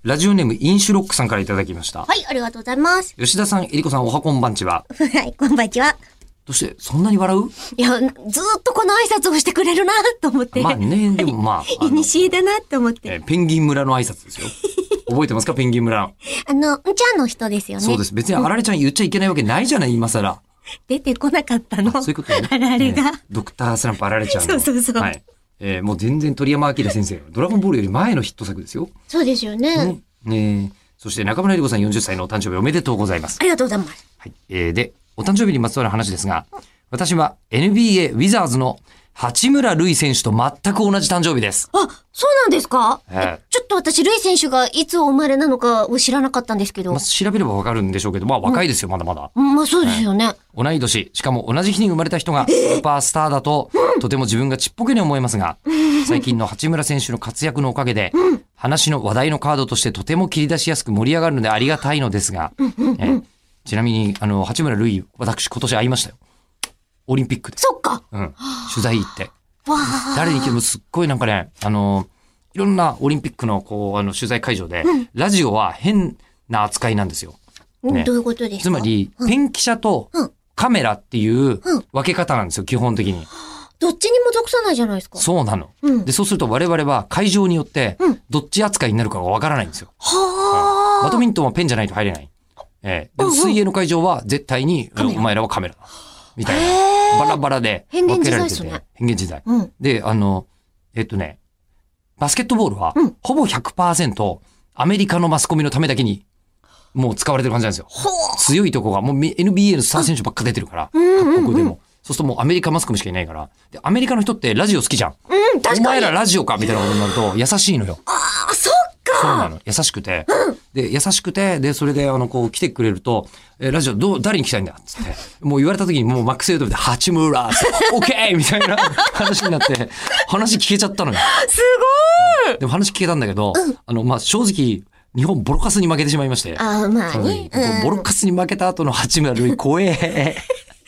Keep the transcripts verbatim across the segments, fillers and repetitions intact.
ラジオネームインシュロックさんからいただきました。 はい、ありがとうございます。 吉田さん、えりこさん、おはこんばんちは。 はい、こんばんちは。 どうしてそんなに笑う？ いや、ずーっとこの挨拶をしてくれるなと思って。 まあね、でもまあ。 いにしえだなと思って、 えー。ペンギン村の挨拶ですよ。覚えてますかペンギン村。 あの、んちゃんの人ですよね。 そうです。別にあられちゃん言っちゃいけないわけないじゃない、今更。 出てこなかったの。 そういうことね。 あられが、 ね。ドクタースランプあられちゃんの。 そうそうそう。 はい。えー、もう全然鳥山明先生のドラゴンボールより前のヒット作ですよ。 そうですよね。 ね。ねそして中村えりこさんよんじゅっさいのお誕生日おめでとうございます。 ありがとうございます。 はい。えー、で、お誕生日にまつわる話ですが、私は エヌビーエー ウィザーズの八村塁選手と全く同じ誕生日です。 あ、そうなんですか？ えー、 ちょっと私、塁選手がいつお生まれなのかを知らなかったんですけど。 まあ、調べればわかるんでしょうけど、まあ若いですよ、うん、まだまだ。 まあそうですよね。 えー、同い年、しかも同じ日に生まれた人がスーパースターだと、うん、とても自分がちっぽけに思えますが、最近の八村選手の活躍のおかげで、うん、話の話題のカードとしてとても切り出しやすく盛り上がるのでありがたいのですが、うんうんうん、えー、ちなみに、あの、八村塁、私今年会いましたよ。オリンピックで。 そっか。 うん。取材行って。誰に聞いてもすっごいなんかね、あの、いろんなオリンピックのこう、あの、取材会場で、うん、ラジオは変な扱いなんですよ。 ね、どういうことですか？ つまり、うん、ペンキ車とカメラっていう分け方なんですよ、基本的に。 どっちにも属さないじゃないですか。 そうなの。うん、で、そうすると我々は会場によって、どっち扱いになるかがわからないんですよ。は、うん、バドミントンはペンじゃないと入れない。えー、でも水泳の会場は絶対に、うん、お前らはカメラ。みたいな。バラバラで分けられてて。変幻自在。うん、で、あの、えっとね、バスケットボールは、うん、ほぼ ひゃくパーセント アメリカのマスコミのためだけに、もう使われてる感じなんですよ。強いとこが、もう エヌビーエー のスター選手ばっか出てるから、各国でも。そうするともうアメリカマスコミしかいないから。で、アメリカの人ってラジオ好きじゃん。 うん、確かに。 お前らラジオかみたいなことになると優しいのよ。 ああ、そっか。 そうなの。優しくて。うん、で、優しくて、で、それで、あの、こう、来てくれると、え、ラジオ、どう、誰に来たいんだつって。もう言われた時にもうマックスエイトで、八村オッケーみたいな話になって、話聞けちゃったのよ。 すごーい。 でも話聞けたんだけど、うん、あの、まあ、正直、日本ボロカスに負けてしまいまして。 ああ、まあね。 うん、ボロカスに負けた後の八村塁、怖え。いや、それ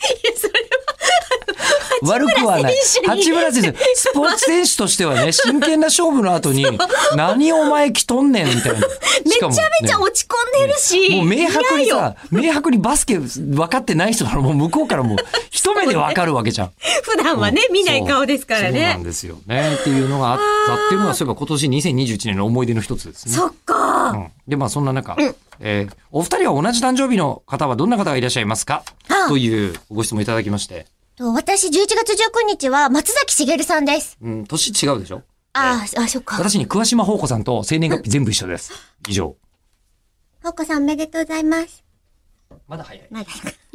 悪くはない。八村選手、スポーツ選手としてはね、真剣な勝負の後に、何お前来とんねんみたいな。 めちゃめちゃ落ち込んでるし。 もう明白にさ、明白にバスケ分かってない人ならもう向こうからもう一目で分かるわけじゃん。 普段はね、見ない顔ですからね。 そうなんですよね。っていうのがあったっていうのは、そういえば今年にせんにじゅういちねんの思い出の一つですね。 そっか、 うん。で、まあそんな中、うん、えー、お二人は同じ誕生日の方はどんな方がいらっしゃいますか、というご質問いただきまして。 私、じゅういちがつじゅうくにちは松崎しげるさんです。 うん、年違うでしょ？ ああ、あ、そっか。 私に桑島宝子さんと生年月日全部一緒です。以上。 宝子さんおめでとうございます。 まだ早い。 まだ早い。